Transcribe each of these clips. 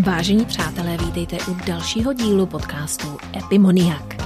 Vážení přátelé, vítejte u dalšího dílu podcastu Epimoniak.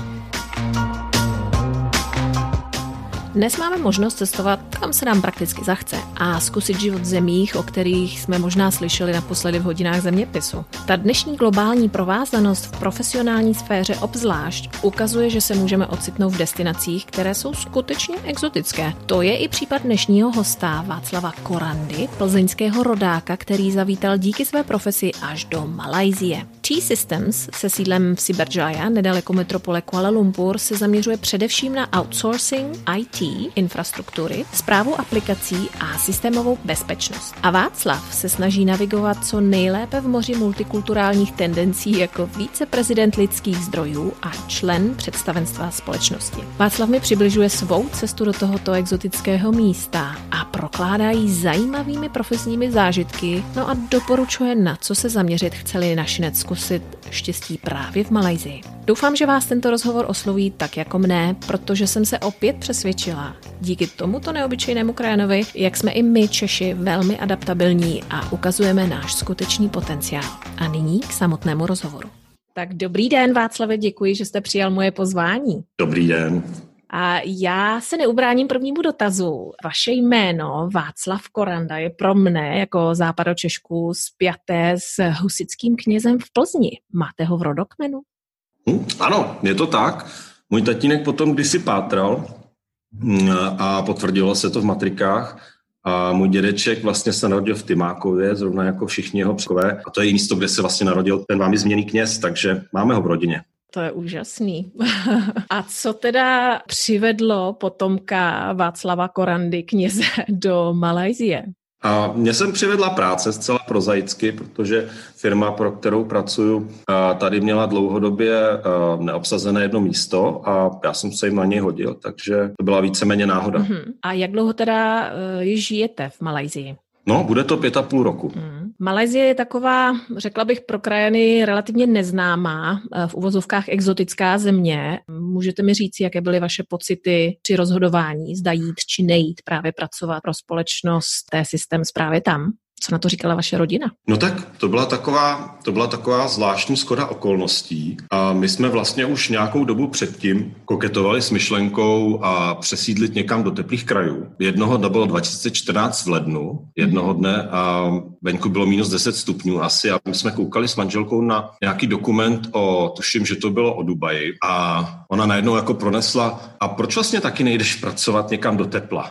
Dnes máme možnost cestovat, kam se nám prakticky zachce a zkusit život v zemích, o kterých jsme možná slyšeli naposledy v hodinách zeměpisu. Ta dnešní globální provázanost v profesionální sféře obzvlášť ukazuje, že se můžeme ocitnout v destinacích, které jsou skutečně exotické. To je i případ dnešního hosta Václava Korandy, plzeňského rodáka, který zavítal díky své profesi až do Malajsie. T-Systems se sídlem v Cyberjaya, nedaleko metropole Kuala Lumpur, se zaměřuje především na outsourcing IT, infrastruktury, správu aplikací a systémovou bezpečnost. A Václav se snaží navigovat co nejlépe v moři multikulturálních tendencí jako viceprezident lidských zdrojů a člen představenstva společnosti. Václav mi přibližuje svou cestu do tohoto exotického místa a prokládá ji zajímavými profesními zážitky, no a doporučuje, na co se zaměřit, chce-li našinec zkusit štěstí právě v Malajsii. Doufám, že vás tento rozhovor osloví tak jako mne, protože jsem se opět přesvědčila díky tomuto neobyčejnému krajanovi, jak jsme i my Češi velmi adaptabilní a ukazujeme náš skutečný potenciál. A nyní k samotnému rozhovoru. Tak dobrý den, Václave, děkuji, že jste přijal moje pozvání. Dobrý den. A já se neubráním prvnímu dotazu. Vaše jméno Václav Koranda je pro mne jako Západočešku spjaté s husitským knězem v Plzni. Máte ho v rodokmenu? Ano, je to tak. Můj tatínek potom kdysi pátral a potvrdilo se to v matrikách. A můj dědeček vlastně se narodil v Tymákově, zrovna jako všichni jeho předkové. A to je místo, kde se vlastně narodil ten vámi zmíněný kněz, takže máme ho v rodině. To je úžasný. A co teda přivedlo potomka Václava Korandy, kněze, do Malajsie? A mě sem přivedla práce zcela prozaicky, protože firma, pro kterou pracuju, tady měla dlouhodobě neobsazené jedno místo a já jsem se jim na něj hodil, takže to byla víceméně náhoda. A jak dlouho teda již žijete v Malajsii? No, bude to 5,5 roku. Malajsie je taková, řekla bych, pro krajany relativně neznámá, v uvozovkách exotická země. Můžete mi říct, jaké byly vaše pocity při rozhodování, zda jít či nejít právě pracovat pro společnost T-Systems právě tam? Co na to říkala vaše rodina? No tak to byla taková zvláštní shoda okolností a my jsme vlastně už nějakou dobu předtím koketovali s myšlenkou a přesídlit někam do teplých krajů. Jednoho dne bylo 2014 v lednu, jednoho dne a venku bylo minus 10 stupňů asi a my jsme koukali s manželkou na nějaký dokument tuším, že to bylo o Dubaji a ona najednou jako pronesla, a proč vlastně taky nejdeš pracovat někam do tepla?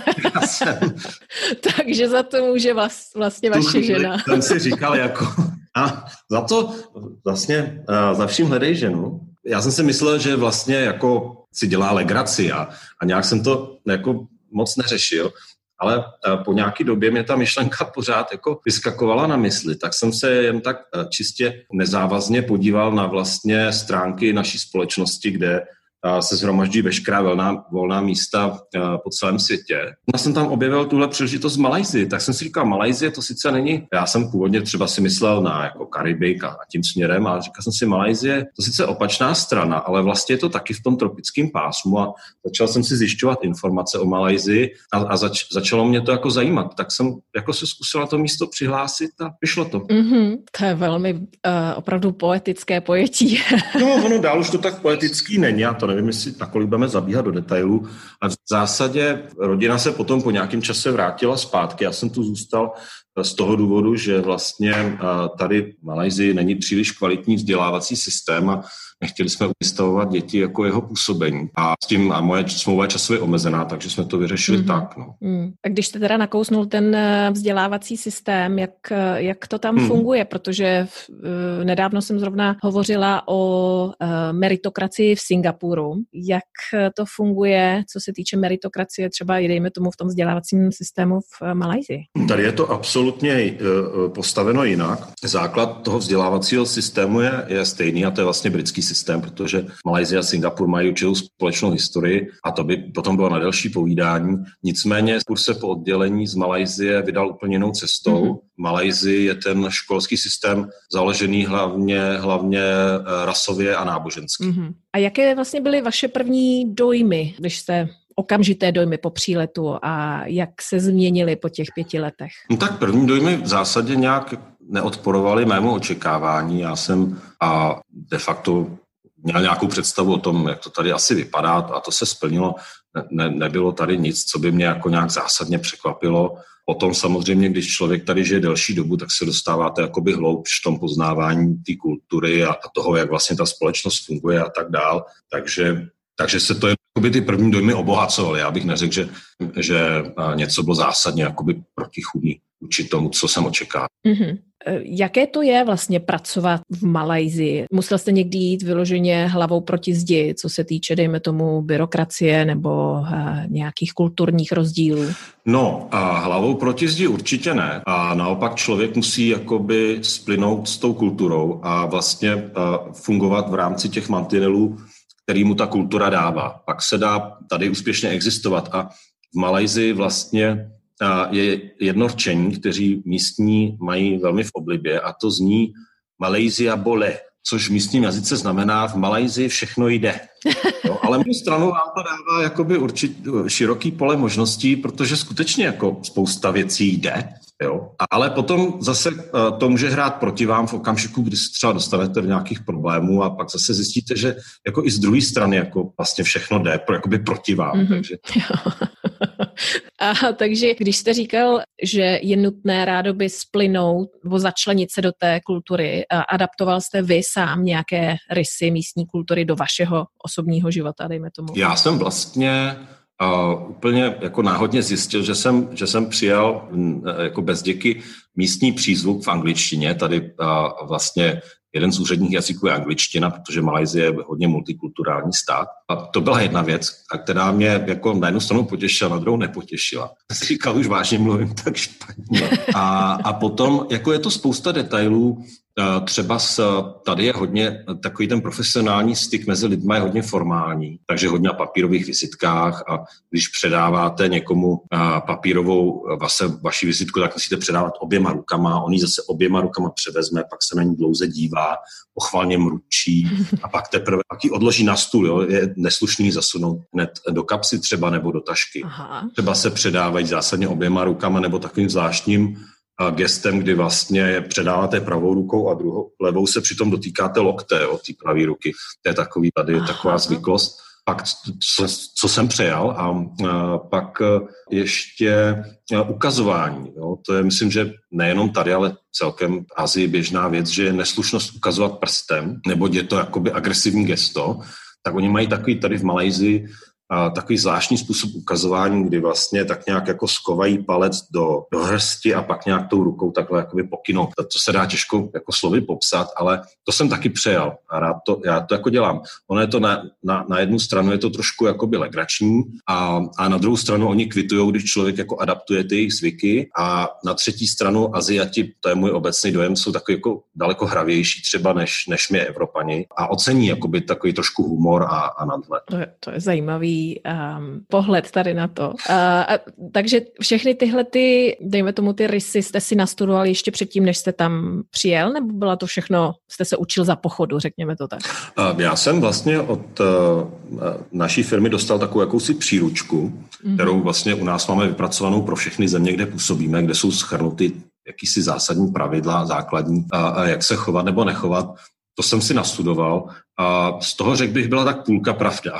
Takže za to může vlastně vaše žena. Jsem si říkal jako, a za to vlastně za vším hledej ženu. Já jsem si myslel, že vlastně jako si dělá legraci a nějak jsem to jako moc neřešil, ale po nějaký době mě ta myšlenka pořád jako vyskakovala na mysli, tak jsem se jen tak čistě nezávazně podíval na vlastně stránky naší společnosti, kde se zhromaždí veškerá volná místa po celém světě. Já jsem tam objevil tuhle příležitost v Malajsii, tak jsem si říkal, Malajsie to sice není, já jsem původně třeba si myslel na jako Karibik a tím směrem, ale říkal jsem si, Malajsie to sice opačná strana, ale vlastně je to taky v tom tropickém pásmu a začal jsem si zjišťovat informace o Malajsii a začalo mě to jako zajímat, tak jsem jako se zkusila to místo přihlásit a vyšlo to. To je velmi opravdu poetické pojetí. No, ono dál už to tak poetický není, já to nevím, jestli nakolik budeme zabíhat do detailů. A v zásadě rodina se potom po nějakém čase vrátila zpátky. Já jsem tu zůstal z toho důvodu, že vlastně tady v Malajsii není příliš kvalitní vzdělávací systém a nechtěli jsme umistavovat děti jako jeho působení. A moje smlouva je časově omezená, takže jsme to vyřešili tak. No. A když jste teda nakousnul ten vzdělávací systém, jak to tam funguje? Protože nedávno jsem zrovna hovořila o meritokracii v Singapuru. Jak to funguje, co se týče meritokracie, třeba dejme tomu v tom vzdělávacím systému v Malajsii? Tady je to absolutně postaveno jinak. Základ toho vzdělávacího systému je stejný a to je vlastně britský systém, protože Malajsie a Singapur mají určitou společnou historii a to by potom bylo na delší povídání. Nicméně kurz se po oddělení z Malajsie vydal úplně jinou cestou. V Malajsii je ten školský systém založený hlavně rasově a nábožensky. A jaké vlastně byly vaše první dojmy, když jste okamžité dojmy po příletu a jak se změnily po těch 5 letech? No tak první dojmy v zásadě nějak neodporovaly mému očekávání. Já jsem de facto měl nějakou představu o tom, jak to tady asi vypadá a to se splnilo. Nebylo tady nic, co by mě jako nějak zásadně překvapilo. Potom samozřejmě, když člověk tady žije delší dobu, tak se dostáváte jakoby hloubš v tom poznávání té kultury a toho, jak vlastně ta společnost funguje a tak dál. Takže se to jakoby ty první dojmy obohacovaly. Já bych neřekl, že něco bylo zásadně jakoby protichůdný vůči tomu, co jsem očekával. Mm-hmm. Jaké to je vlastně pracovat v Malajsii? Musel jste někdy jít vyloženě hlavou proti zdi, co se týče, dejme tomu, byrokracie nebo nějakých kulturních rozdílů? No, hlavou proti zdi určitě ne. A naopak člověk musí jakoby splynout s tou kulturou a vlastně fungovat v rámci těch mantinelů, který mu ta kultura dává. Pak se dá tady úspěšně existovat a v Malajsii vlastně je jedno rčení, kteří místní mají velmi v oblibě a to zní Malaysia bole, což v místním jazyce znamená v Malajsii všechno jde. Jo, ale mou stranu vám to dává jakoby široký pole možností, protože skutečně jako spousta věcí jde. Jo? Ale potom zase to může hrát proti vám v okamžiku, kdy se třeba dostanete do nějakých problémů a pak zase zjistíte, že jako i z druhé strany jako vlastně všechno jde jakoby proti vám. Mm-hmm. Takže... Takže když jste říkal, že je nutné rádoby splynout nebo začlenit se do té kultury, adaptoval jste vy sám nějaké rysy místní kultury do vašeho osobního života, dejme tomu? Já jsem vlastně úplně jako náhodně zjistil, že jsem přijal jako bez děky místní přízvuk v angličtině. Tady vlastně jeden z úředních jazyků je angličtina, protože Malajsie je hodně multikulturální stát. A to byla jedna věc, která mě jako na jednu stranu potěšila, na druhou nepotěšila. Říkal, už vážně mluvím tak špatně. A potom jako je to spousta detailů. Třeba tady je hodně takový ten profesionální styk mezi lidmi je hodně formální, takže hodně na papírových vizitkách a když předáváte někomu papírovou vaši vizitku, tak musíte předávat oběma rukama, on ji zase oběma rukama převezme, pak se na ní dlouze dívá, pochvalně mručí a pak teprve ji odloží na stůl. Jo? Je neslušný zasunout hned do kapsy třeba nebo do tašky. Aha. Třeba se předávají zásadně oběma rukama nebo takovým zvláštním gestem, kdy vlastně předáváte pravou rukou a druhou levou se přitom dotýkáte lokte od té pravé ruky. To je takový tady taková zvyklost. Pak, co jsem přejal a pak ještě ukazování. Jo. To je, myslím, že nejenom tady, ale celkem v Asii běžná věc, že je neslušnost ukazovat prstem, nebo je to jakoby agresivní gesto, tak oni mají takový tady v Malajsii takový zvláštní způsob ukazování, kdy vlastně tak nějak jako skovají palec do hrsti a pak nějak tou rukou takhle jakoby pokynou. To se dá těžko jako slovy popsat, ale to jsem taky přejal a já to jako dělám. Ono je to na jednu stranu je to trošku jakoby legrační a na druhou stranu oni kvitujou, když člověk jako adaptuje ty jejich zvyky a na třetí stranu Aziati, to je můj obecný dojem, jsou takový jako daleko hravější třeba než my Evropani a ocení jakoby takový trošku humor a nadhled. To je zajímavý pohled tady na to. Takže všechny tyhle dejme tomu ty rysy jste si nastudovali ještě předtím, než jste tam přijel, nebo byla to všechno, jste se učil za pochodu, řekněme to tak? Já jsem vlastně od naší firmy dostal takovou jakousi příručku, kterou vlastně u nás máme vypracovanou pro všechny země, kde působíme, kde jsou shrnuty jakýsi zásadní pravidla, základní, jak se chovat nebo nechovat. To jsem si nastudoval a z toho, řekl bych, byla tak půlka pravda.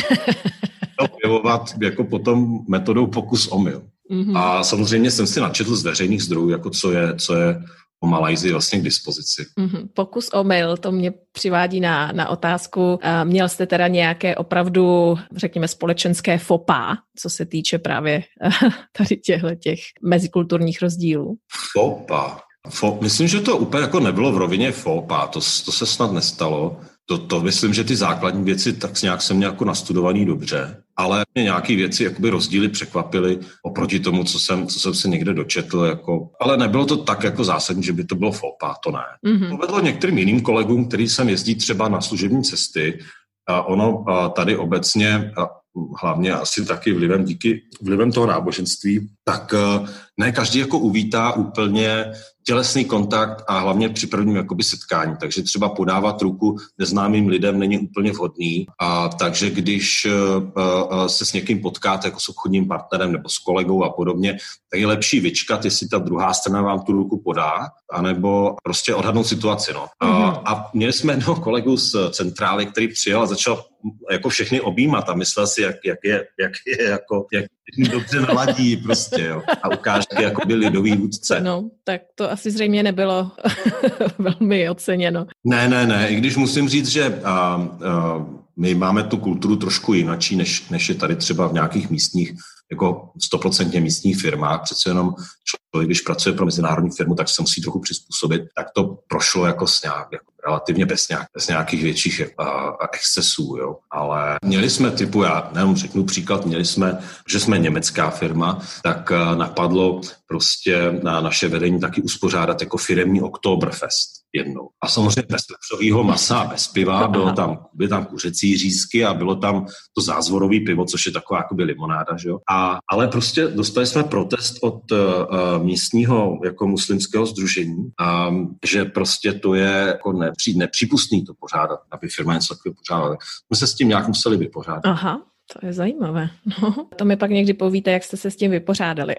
Objevovat jako potom metodou pokus omyl. Mm-hmm. A samozřejmě jsem si načetl z veřejných zdrojů, jako co je o Malajsii vlastně k dispozici. Mm-hmm. Pokus omyl, to mě přivádí na otázku. Měl jste teda nějaké opravdu, řekněme, společenské faux pas, co se týče právě tady těch mezikulturních rozdílů? Faux pas. Myslím, že to úplně jako nebylo v rovině faux pas, to se snad nestalo. To myslím, že ty základní věci tak nějak jsem měl jako nastudovaný dobře, ale mě nějaké věci jakoby rozdíly překvapily oproti tomu, co jsem se někde dočetl, jako, ale nebylo to tak jako zásadní, že by to bylo faux pas, to ne. Mm-hmm. Povedlo některým jiným kolegům, který sem jezdí třeba na služební cesty, ono tady obecně, hlavně asi taky vlivem toho náboženství, tak ne každý jako uvítá úplně tělesný kontakt a hlavně při prvním jakoby setkání. Takže třeba podávat ruku neznámým lidem není úplně vhodný. A takže když se s někým potkáte jako s obchodním partnerem nebo s kolegou a podobně, tak je lepší vyčkat, jestli ta druhá strana vám tu ruku podá, anebo prostě odhadnout situaci. No. A měli jsme jednoho kolegu z centrály, který přijel a začal jako všechny objímat a myslel si, jak dobře naladí prostě, jo. A ukáže, jako byl lidový vůdce. No, tak to asi zřejmě nebylo velmi oceněno. Ne, i když musím říct, že my máme tu kulturu trošku jinačí, než je tady třeba v nějakých místních, jako 100% místních firmách. Přece jenom člověk, když pracuje pro mezinárodní firmu, tak se musí trochu přizpůsobit. Tak to prošlo jako relativně bez nějakých větších excesů, jo. Ale měli jsme já jenom řeknu příklad, že jsme německá firma, tak napadlo prostě na naše vedení taky uspořádat jako firemní Oktoberfest jednou. A samozřejmě bez vepřového masa, bez piva, byly tam kuřecí řízky a bylo tam to zázvorový pivo, což je taková jakoby limonáda, že jo. Ale prostě dostali jsme protest od místního jako muslimského sdružení, že prostě to je jako nepřípustný to pořádat, aby firma něco takového pořádala. My se s tím nějak museli vypořádat. Aha. To je zajímavé. No, to mi pak někdy povíte, jak jste se s tím vypořádali.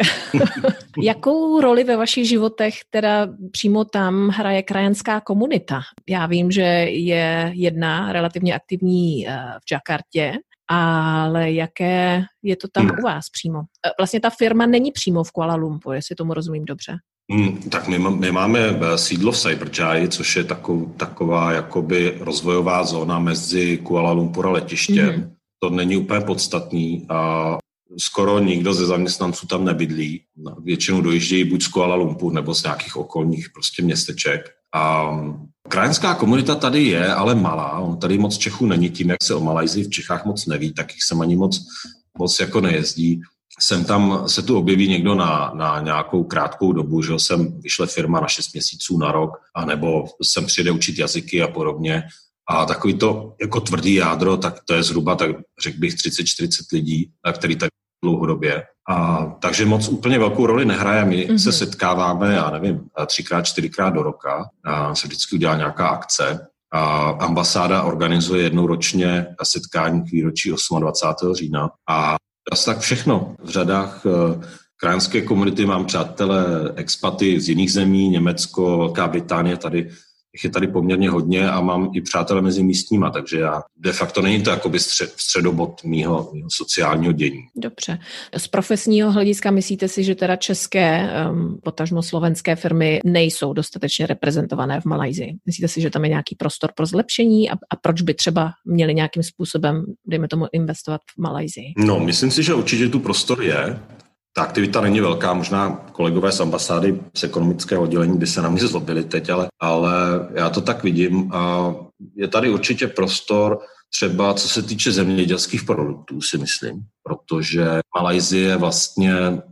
Jakou roli ve vašich životech teda přímo tam hraje krajanská komunita? Já vím, že je jedna relativně aktivní v Jakartě, ale jaké je to tam u vás přímo? Vlastně ta firma není přímo v Kuala Lumpur, jestli tomu rozumím dobře. Tak my máme sídlo v Cyberjaya, což je taková jakoby rozvojová zóna mezi Kuala Lumpur a letištěm. To není úplně podstatný a skoro nikdo ze zaměstnanců tam nebydlí. Většinou dojíždějí buď z Kuala Lumpur nebo z nějakých okolních prostě městeček. A krajanská komunita tady je, ale malá. Tady moc Čechů není, tím, jak se o Malajsii v Čechách moc neví, tak jich sem ani moc jako nejezdí. Sem tam se tu objeví někdo na nějakou krátkou dobu, že sem vyšle firma na 6 měsíců na rok, anebo sem přijde učit jazyky a podobně. A takový to jako tvrdý jádro, tak to je zhruba, tak řekl bych, 30-40 lidí, který tady dlouhodobě. Takže moc úplně velkou roli nehraje. My se setkáváme, já nevím, 3x, 4x do roka. Se vždycky udělá nějaká akce. Ambasáda organizuje jednou ročně setkání k výročí 28. října. A asi tak všechno. V řadách krajanské komunity mám přátelé, expaty z jiných zemí, Německo, Velká Británie, tady je tady poměrně hodně a mám i přátelé mezi místníma, takže já de facto není to jakoby středobod mýho sociálního dění. Dobře. Z profesního hlediska myslíte si, že teda české, potažmo slovenské firmy nejsou dostatečně reprezentované v Malajsii? Myslíte si, že tam je nějaký prostor pro zlepšení a proč by třeba měli nějakým způsobem, dejme tomu, investovat v Malajsii? No, myslím si, že určitě tu prostor je. Ta aktivita není velká, možná kolegové z ambasády z ekonomického oddělení by se na mě zlobili teď, ale já to tak vidím a je tady určitě prostor třeba co se týče zemědělských produktů, si myslím, protože Malajsie vlastně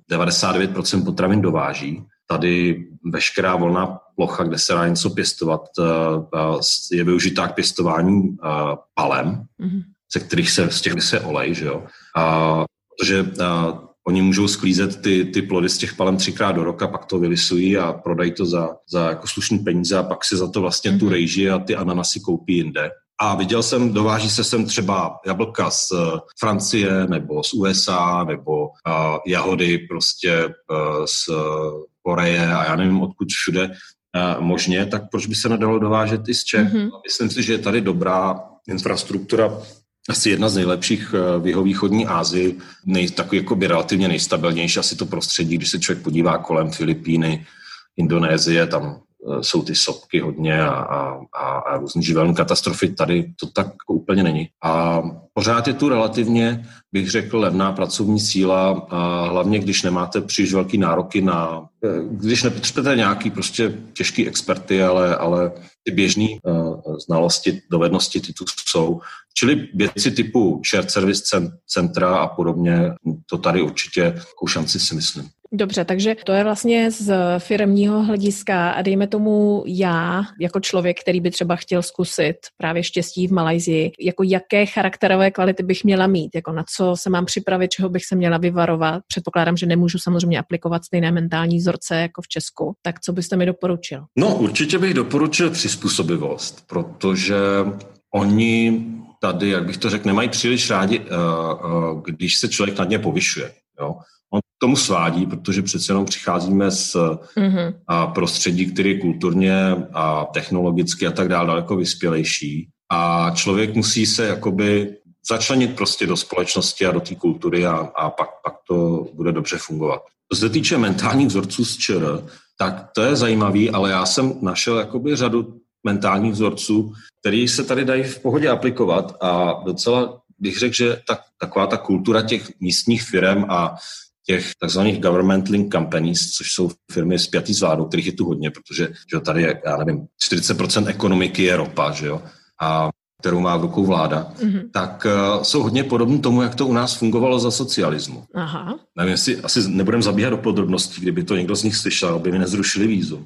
99% potravin dováží. Tady veškerá volná plocha, kde se dá něco pěstovat, je využitá k pěstování palem, z těch se olej, že jo. Protože oni můžou sklízet ty plody z těch palem 3x do roka, pak to vylisují a prodají to za jako slušný peníze a pak si za to vlastně tu rejži a ty ananasy koupí jinde. A viděl jsem, dováží se sem třeba jablka z Francie nebo z USA nebo jahody prostě z Koreje a já nevím odkud všude možně, tak proč by se nedalo dovážet i z Čech? Myslím si, že je tady dobrá infrastruktura, asi jedna z nejlepších v jihovýchodní Asii, takový jako by relativně nejstabilnější asi to prostředí, když se člověk podívá kolem Filipíny, Indonésie, tam jsou ty sopky hodně a různý živelné katastrofy, tady to tak jako úplně není. A pořád je tu relativně, bych řekl, levná pracovní síla, a hlavně když nemáte příliš velký nároky když nepotřebujete nějaký prostě těžký experty, ale ty běžné znalosti, dovednosti ty tu jsou. Čili věci typu shared service centra a podobně, to tady určitě takovou šanci si myslím. Dobře, takže to je vlastně z firemního hlediska a dejme tomu já, jako člověk, který by třeba chtěl zkusit právě štěstí v Malajsii, jako jaké charakterové kvality bych měla mít, jako na co se mám připravit, čeho bych se měla vyvarovat. Předpokládám, že nemůžu samozřejmě aplikovat stejné mentální vzorce jako v Česku. Tak co byste mi doporučil? No, určitě bych doporučil přizpůsobivost, protože oni tady, jak bych to řekl, nemají příliš rádi, když se člověk nad ně povyšuje. Jo? On k tomu svádí, protože přece jenom přicházíme z prostředí, který je kulturně a technologicky a tak dále daleko vyspělejší. A člověk musí se jakoby začlenit prostě do společnosti a do té kultury a pak to bude dobře fungovat. Co se týče mentálních vzorců z ČR, tak to je zajímavý, ale já jsem našel jakoby řadu mentálních vzorců, který se tady dají v pohodě aplikovat a docela bych řekl, že taková ta kultura těch místních firm a těch takzvaných government link companies, což jsou firmy spjatý s vládou, kterých je tu hodně, protože že tady je, já nevím, 40% ekonomiky je ropa, že jo, a kterou má v rukou vláda, tak jsou hodně podobné tomu, jak to u nás fungovalo za socialismu. Aha. Nevím, jestli asi nebudeme zabíhat do podrobností, kdyby to někdo z nich slyšel, aby mi nezrušili vízum.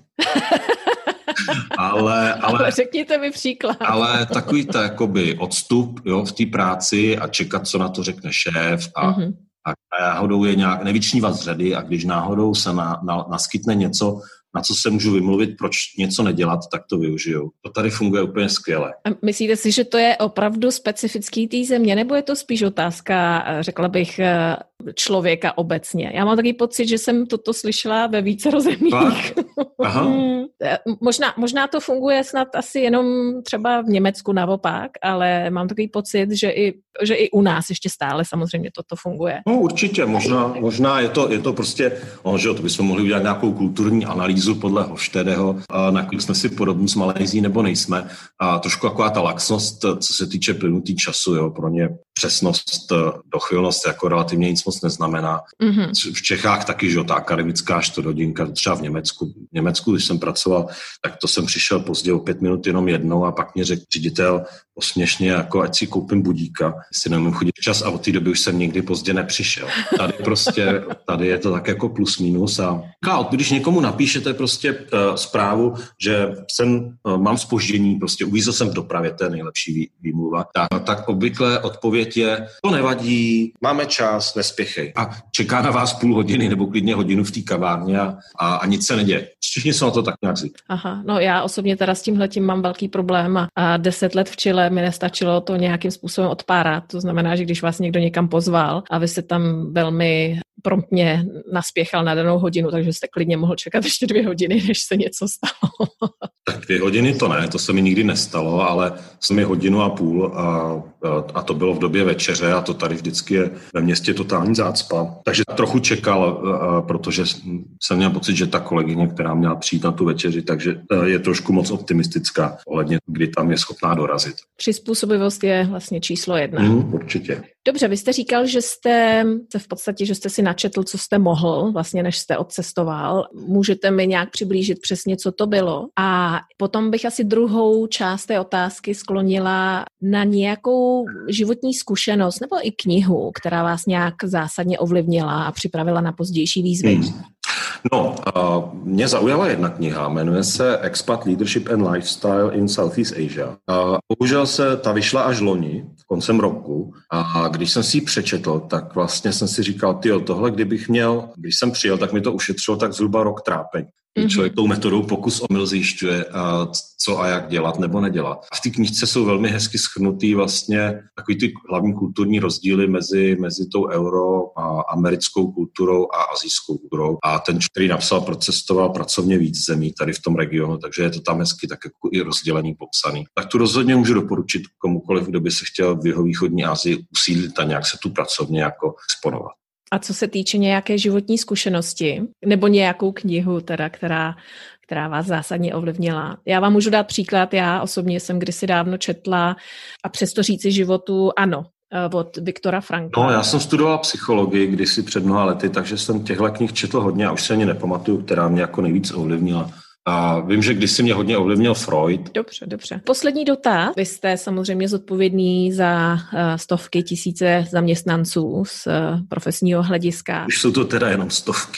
Ale řekněte mi příklad. Ale takový to jakoby odstup, jo, v té práci a čekat, co na to řekne šéf a náhodou je nějak nevyčnívat z řady a když náhodou se naskytne něco, na co se můžu vymluvit, proč něco nedělat, tak to využiju. To tady funguje úplně skvěle. A myslíte si, že to je opravdu specifický té země, nebo je to spíš otázka, řekla bych, člověka obecně? Já mám takový pocit, že jsem toto slyšela ve více zemích. Aha. Možná to funguje snad asi jenom třeba v Německu naopak, ale mám takový pocit, že i u nás ještě stále samozřejmě toto funguje. No určitě, možná je to prostě, že to bychom mohli udělat nějakou kulturní analýzu podle Hofstedeho, nakolik jsme si podobní s Malajsií nebo nejsme. A trošku taková ta laxnost, co se týče plynutí času, jo, pro ně přesnost, dochylnost jako relativně nic moc neznamená. V Čechách taky, že ta akademická čtvrthodinka, třeba v Německu, když jsem pracoval, tak to jsem přišel pozdě o 5 minut jenom jednou a pak mě řekl ředitel posměšně, jako ať si koupím budíka, jestli neumím chodit včas a od té doby už jsem nikdy pozdě nepřišel. Tady je to tak jako plus minus a když někomu napíšete prostě zprávu, že mám zpoždění, prostě uvízl jsem v dopravě, to je nejlepší výmluva, tak obvykle odpověď je, to nevadí, máme čas, nespěchej. A čeká na vás půl hodiny nebo klidně hodinu v té kavárně a nic se neděje. Všichni jsou na to tak nějak zvyklí. Aha, no já osobně teda s tímhletím mám velký problém a 10 let v Chile mi nestačilo to nějakým způsobem odpárat. To znamená, že když vás někdo někam pozval a vy jste tam velmi promptně naspěchal na danou hodinu, takže jste klidně mohl čekat ještě 2 hodiny, než se něco stalo. Tak 2 hodiny to ne, to se mi nikdy nestalo, ale jsem 1,5 hodiny a to bylo v době večeře a to tady vždycky je ve městě totální zácpa. Takže trochu čekal, protože jsem měl pocit, že ta kolegyně, která měla přijít na tu večeři, takže je trošku moc optimistická ohledně, kdy tam je schopná dorazit. Přizpůsobivost je vlastně číslo 1. Určitě. Dobře, vy jste říkal, že jste si načetl, co jste mohl, vlastně než jste odcestoval. Můžete mi nějak přiblížit přesně, co to bylo? A potom bych asi druhou část té otázky sklonila na nějakou životní zkušenost nebo i knihu, která vás nějak zásadně ovlivnila a připravila na pozdější výzvy. No, mě zaujala jedna kniha, jmenuje se Expat Leadership and Lifestyle in Southeast Asia. Bohužel ta vyšla až loni, koncem roku, a když jsem si ji přečetl, tak vlastně jsem si říkal, tohle když jsem přijel, tak mi to ušetřilo tak zhruba rok trápení. Člověk tou metodou pokus omyl zjišťuje, co a jak dělat nebo nedělat. A v té knížce jsou velmi hezky shrnutý vlastně takový ty hlavní kulturní rozdíly mezi tou americkou kulturou a asijskou kulturou. A ten, který napsal, procestoval pracovně víc zemí tady v tom regionu, takže je to tam hezky tak jako i rozdělený, popsaný. Tak tu rozhodně můžu doporučit komukoliv, kdo by se chtěl v jihovýchodní Asii usídlit a nějak se tu pracovně jako exponovat. A co se týče nějaké životní zkušenosti, nebo nějakou knihu, teda, která vás zásadně ovlivnila. Já vám můžu dát příklad, já osobně jsem kdysi dávno četla A přesto říci životu ano, od Viktora Frankla. No, já jsem studoval psychologii kdysi před mnoha lety, takže jsem těchto knih četl hodně a už se ani nepamatuju, která mě jako nejvíc ovlivnila. A vím, že kdysi mě hodně ovlivnil Freud. Dobře. Poslední dotaz. Vy jste samozřejmě zodpovědný za stovky, tisíce zaměstnanců z profesního hlediska. Už jsou to teda jenom stovky.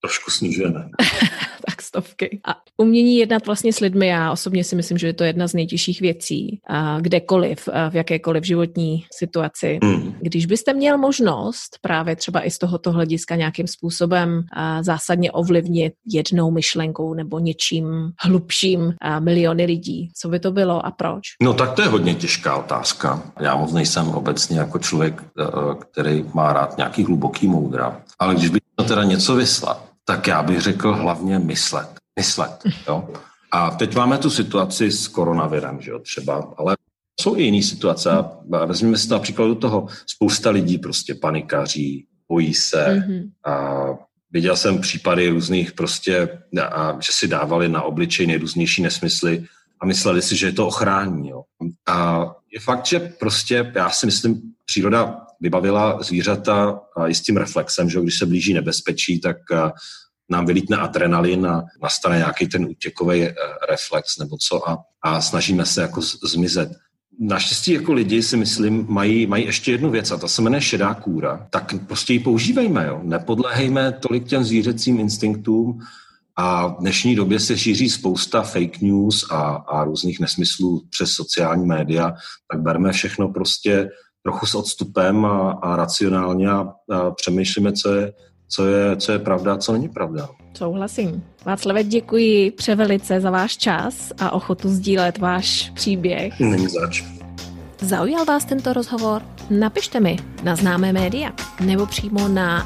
trošku snižujeme. Tak 100. A umění jednat vlastně s lidmi, já osobně si myslím, že je to jedna z nejtěžších věcí, kdekoliv, v jakékoliv životní situaci. Když byste měl možnost právě třeba i z tohoto hlediska nějakým způsobem zásadně ovlivnit jednou myšlenkou nebo něčím hlubším miliony lidí, co by to bylo a proč? No tak to je hodně těžká otázka. Já moc nejsem obecně jako člověk, který má rád nějaký hluboký moudra, ale když bych to teda něco vyslat, tak já bych řekl hlavně myslet, jo. A teď máme tu situaci s koronavirem, že jo, třeba, ale jsou i jiné situace. Vezměme si například do toho, spousta lidí prostě panikaří, bojí se. A viděl jsem případy různých prostě, že si dávali na obličej nejrůznější nesmysly a mysleli si, že je to ochrání, jo. A je fakt, že prostě, já si myslím, příroda vybavila zvířata i s tím reflexem, že když se blíží nebezpečí, tak nám vylítne adrenalin a nastane nějaký ten útěkový reflex nebo co a snažíme se jako zmizet. Naštěstí jako lidi si myslím mají ještě jednu věc a ta se jmenuje šedá kůra, tak prostě ji používejme, jo. Nepodléhejme tolik těm zvířecím instinktům a v dnešní době se šíří spousta fake news a různých nesmyslů přes sociální média, tak berme všechno prostě trochu s odstupem a racionálně a přemýšlíme, co je pravda a co není pravda. Souhlasím. Václave, děkuji převelice za váš čas a ochotu sdílet váš příběh. Není zač. Zaujal vás tento rozhovor? Napište mi na známé média nebo přímo na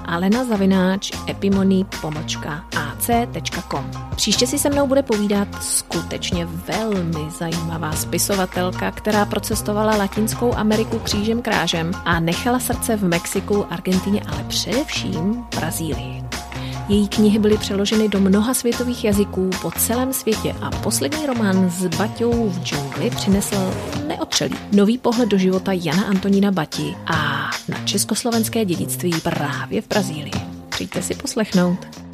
alena@epimony.ac.com. Příště si se mnou bude povídat skutečně velmi zajímavá spisovatelka, která procestovala Latinskou Ameriku křížem krážem a nechala srdce v Mexiku, Argentině, ale především Brazílii. Její knihy byly přeloženy do mnoha světových jazyků po celém světě a poslední román S Baťou v džungli přinesl neotřelý nový pohled do života Jana Antonína Bati a na československé dědictví právě v Brazílii. Přijďte si poslechnout.